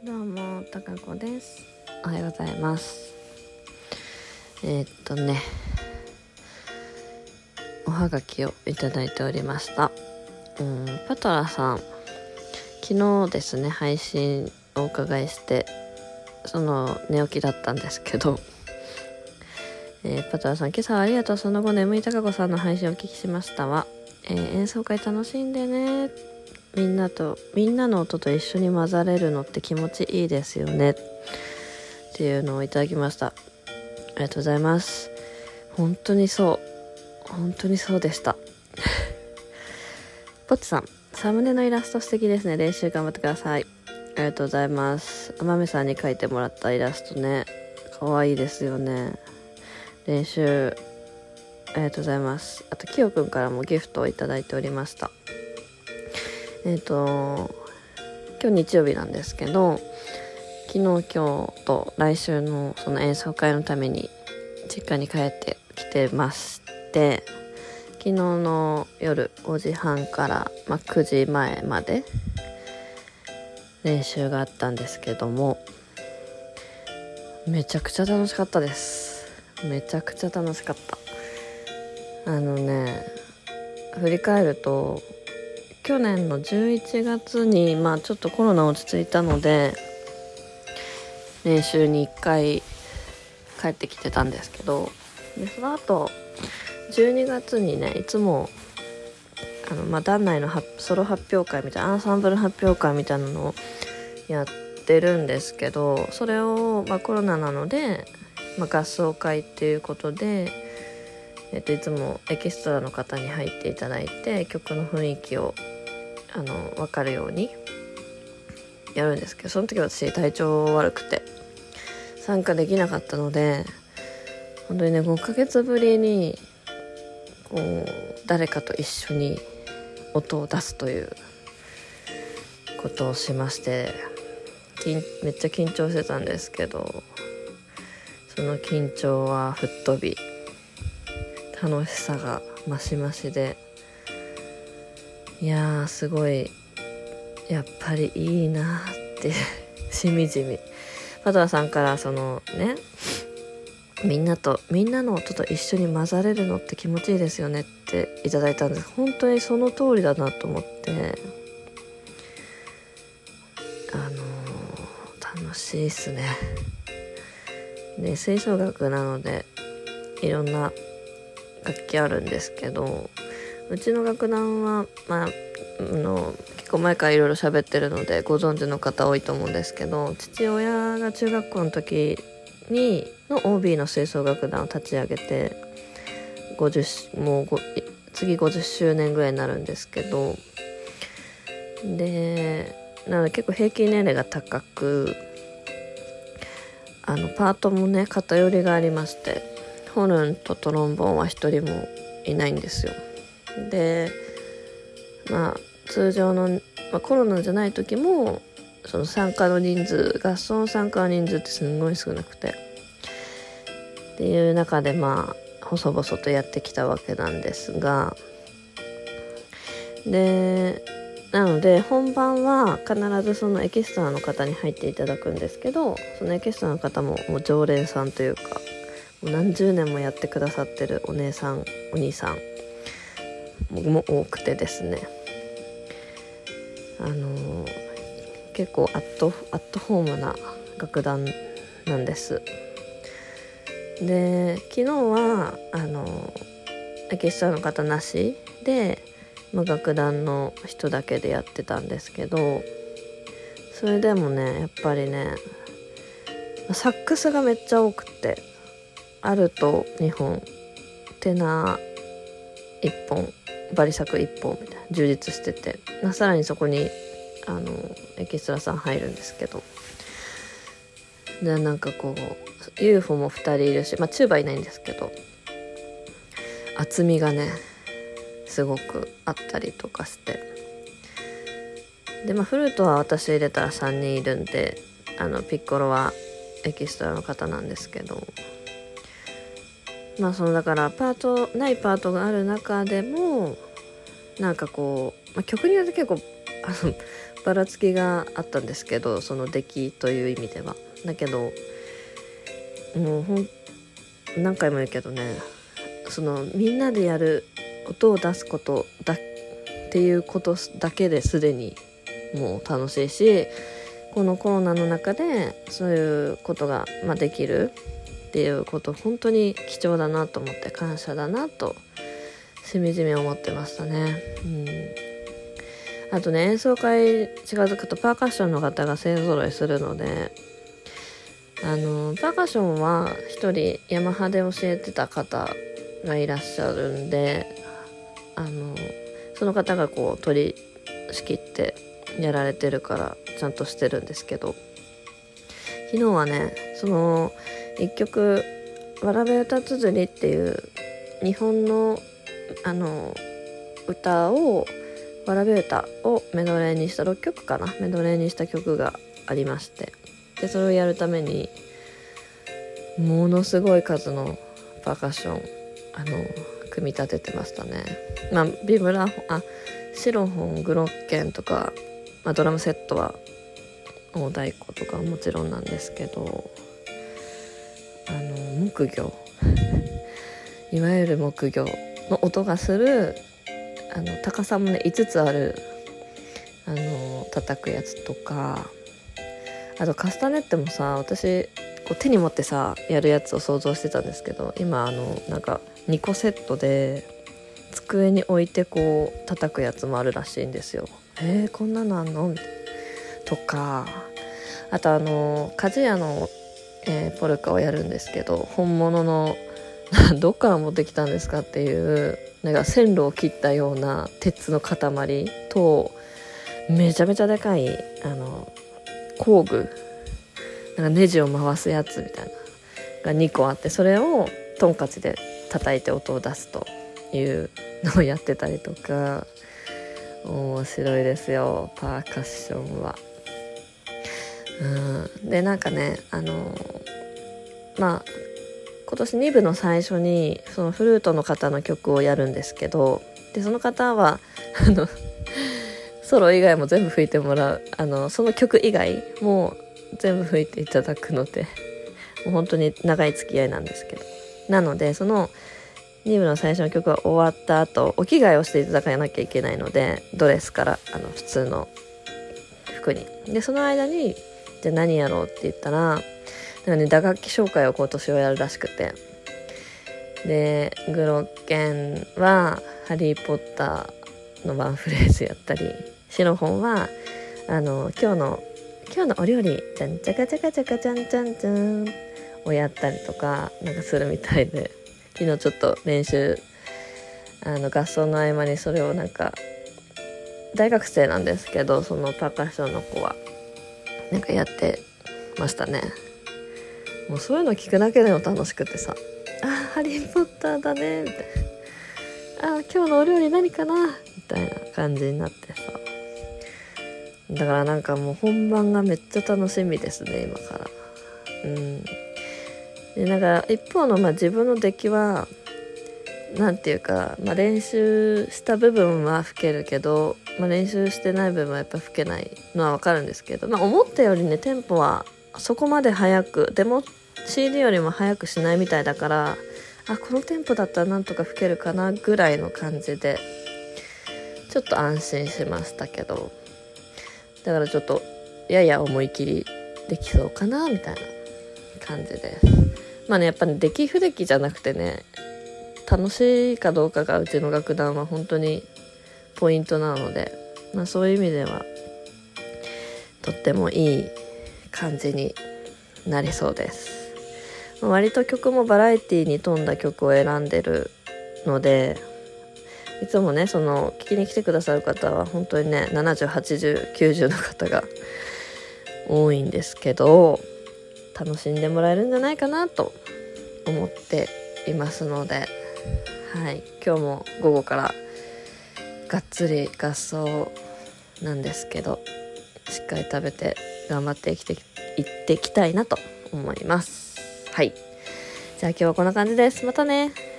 どうも、たかこです。おはようございます。おはがきをいただいておりました。パトラさん、昨日ですね、配信をお伺いして、その寝起きだったんですけど、パトラさん、今朝はありがとう。その後、眠いたかこさんの配信をお聞きしましたわ。演奏会楽しんでね。みんなの音と一緒に混ざれるのって気持ちいいですよねっていうのをいただきました。ありがとうございます。本当にそうでしたポッチさん、サムネのイラスト素敵ですね。練習頑張ってください。ありがとうございます。あまめさんに描いてもらったイラストね、かわいいですよね。練習ありがとうございます。あときよくんからもギフトをいただいておりました。今日日曜日なんですけど、昨日今日と来週のその演奏会のために実家に帰ってきてまして、昨日の夜5時半から、9時前まで練習があったんですけども、めちゃくちゃ楽しかったです。めちゃくちゃ楽しかった。振り返ると去年の11月にちょっとコロナ落ち着いたので練習に1回帰ってきてたんですけど、でその後12月にね、いつも団内のソロ発表会みたいな、アンサンブル発表会みたいなのをやってるんですけど、それを、コロナなので、合奏会っていうことで、いつもエキストラの方に入っていただいて曲の雰囲気を分かるようにやるんですけど、その時私体調悪くて参加できなかったので、本当にね5ヶ月ぶりにこう誰かと一緒に音を出すということをしまして、めっちゃ緊張してたんですけど、その緊張は吹っ飛び楽しさが増し増しで、いやーすごいやっぱりいいなってしみじみパトラさんからそのね、みんなの音と一緒に混ざれるのって気持ちいいですよねっていただいたんです。本当にその通りだなと思って、楽しいっすね。で吹奏楽なのでいろんな楽器あるんですけど、うちの楽団は結構前からいろいろ喋ってるのでご存知の方多いと思うんですけど、父親が中学校の時の OB の吹奏楽団を立ち上げて次50周年ぐらいになるんですけど、でなので結構平均年齢が高く、パートもね偏りがありまして、ホルンとトロンボーンは一人もいないんですよ。で通常の、コロナじゃない時もその参加の人数、合奏の参加の人数ってすんごい少なくてっていう中で細々とやってきたわけなんですが、でなので本番は必ずそのエキストラの方に入っていただくんですけど、そのエキストラの方ももう常連さんというか、もう何十年もやってくださってるお姉さんお兄さんも多くてですね、結構アットホームな楽団なんです。で昨日はエキストラの方なしで、楽団の人だけでやってたんですけど、それでもねやっぱりねサックスがめっちゃ多くて、アルト2本テナー1本バリサク1本みたいな充実してて、さらにそこにエキストラさん入るんですけど、でUFO も2人いるし、チューバいないんですけど厚みがねすごくあったりとかして、でフルートは私入れたら3人いるんで、ピッコロはエキストラの方なんですけど、だからないパートがある中でも曲によって結構ばらつきがあったんですけど、その出来という意味では。だけどもう何回も言うけどね、そのみんなでやる音を出すことだっていうことだけですでにもう楽しいし、このコロナの中でそういうことが、できるっていうこと、本当に貴重だなと思って、感謝だなとしみじみ思ってましたね。あとね、演奏会近づくとパーカッションの方が勢ぞろいするので、パーカッションは一人ヤマハで教えてた方がいらっしゃるんで、その方がこう取り仕切ってやられてるからちゃんとしてるんですけど、昨日はね、その一曲わらべ歌綴りっていう日本の歌を、わらべ歌をメドレーにした6曲かな、メドレーにした曲がありまして、でそれをやるためにものすごい数のパーカッション組み立ててましたね。ビブラフォン、シロフォン、グロッケンとか、ドラムセットは大太鼓とかはもちろんなんですけど、木魚いわゆる木魚の音がする高さもね5つある叩くやつとか、あとカスタネットもさ、私こう手に持ってさやるやつを想像してたんですけど、今なんか2個セットで机に置いてこう叩くやつもあるらしいんですよ。こんなのあんのとか、あと鍛冶屋の、ポルカをやるんですけど、本物のどっから持ってきたんですかっていうなんか線路を切ったような鉄の塊と、めちゃめちゃでかい工具、なんかネジを回すやつみたいなが2個あって、それをトンカチで叩いて音を出すというのをやってたりとか、面白いですよパーカッションは。でなんかね今年2部の最初にそのフルートの方の曲をやるんですけど、でその方はソロ以外も全部吹いてもらう、その曲以外も全部吹いていただくので、もう本当に長い付き合いなんですけど、なのでその2部の最初の曲が終わった後、お着替えをしていただかなきゃいけないので、ドレスから普通の服に、でその間にじゃあ何やろうって言ったら、打楽器紹介を今年はやるらしくて、でグロッケンはハリーポッターのワンフレーズやったり、シロフォンは今日のお料理じゃんちゃかちゃかちゃかちゃんちゃんちゃんをやったりとかなんかするみたいで、昨日ちょっと練習合奏の合間にそれをなんか大学生なんですけど、そのパーカッションの子はなんかやってましたね。もうそういうの聞くだけでも楽しくてさ、ハリーポッターだねみたいな、今日のお料理何かなみたいな感じになってさ、だからなんかもう本番がめっちゃ楽しみですね今から。でなんか一方の自分の出来はなんていうか、練習した部分は吹けるけど、練習してない部分はやっぱ吹けないのはわかるんですけど、思ったよりねテンポはそこまで速く、でも CD よりも速くしないみたいだから、このテンポだったらなんとか吹けるかなぐらいの感じでちょっと安心しましたけど、だからちょっとやや思い切りできそうかなみたいな感じです。やっぱり出来不出来じゃなくてね、楽しいかどうかがうちの楽団は本当にポイントなので、そういう意味ではとってもいい感じになりそうです。割と曲もバラエティに富んだ曲を選んでるので、いつもねその聞きに来てくださる方は本当にね70、80、90の方が多いんですけど、楽しんでもらえるんじゃないかなと思っていますので、今日も午後からがっつり合奏なんですけど、しっかり食べて頑張っていっていきたいなと思います。じゃあ今日はこんな感じです。またね。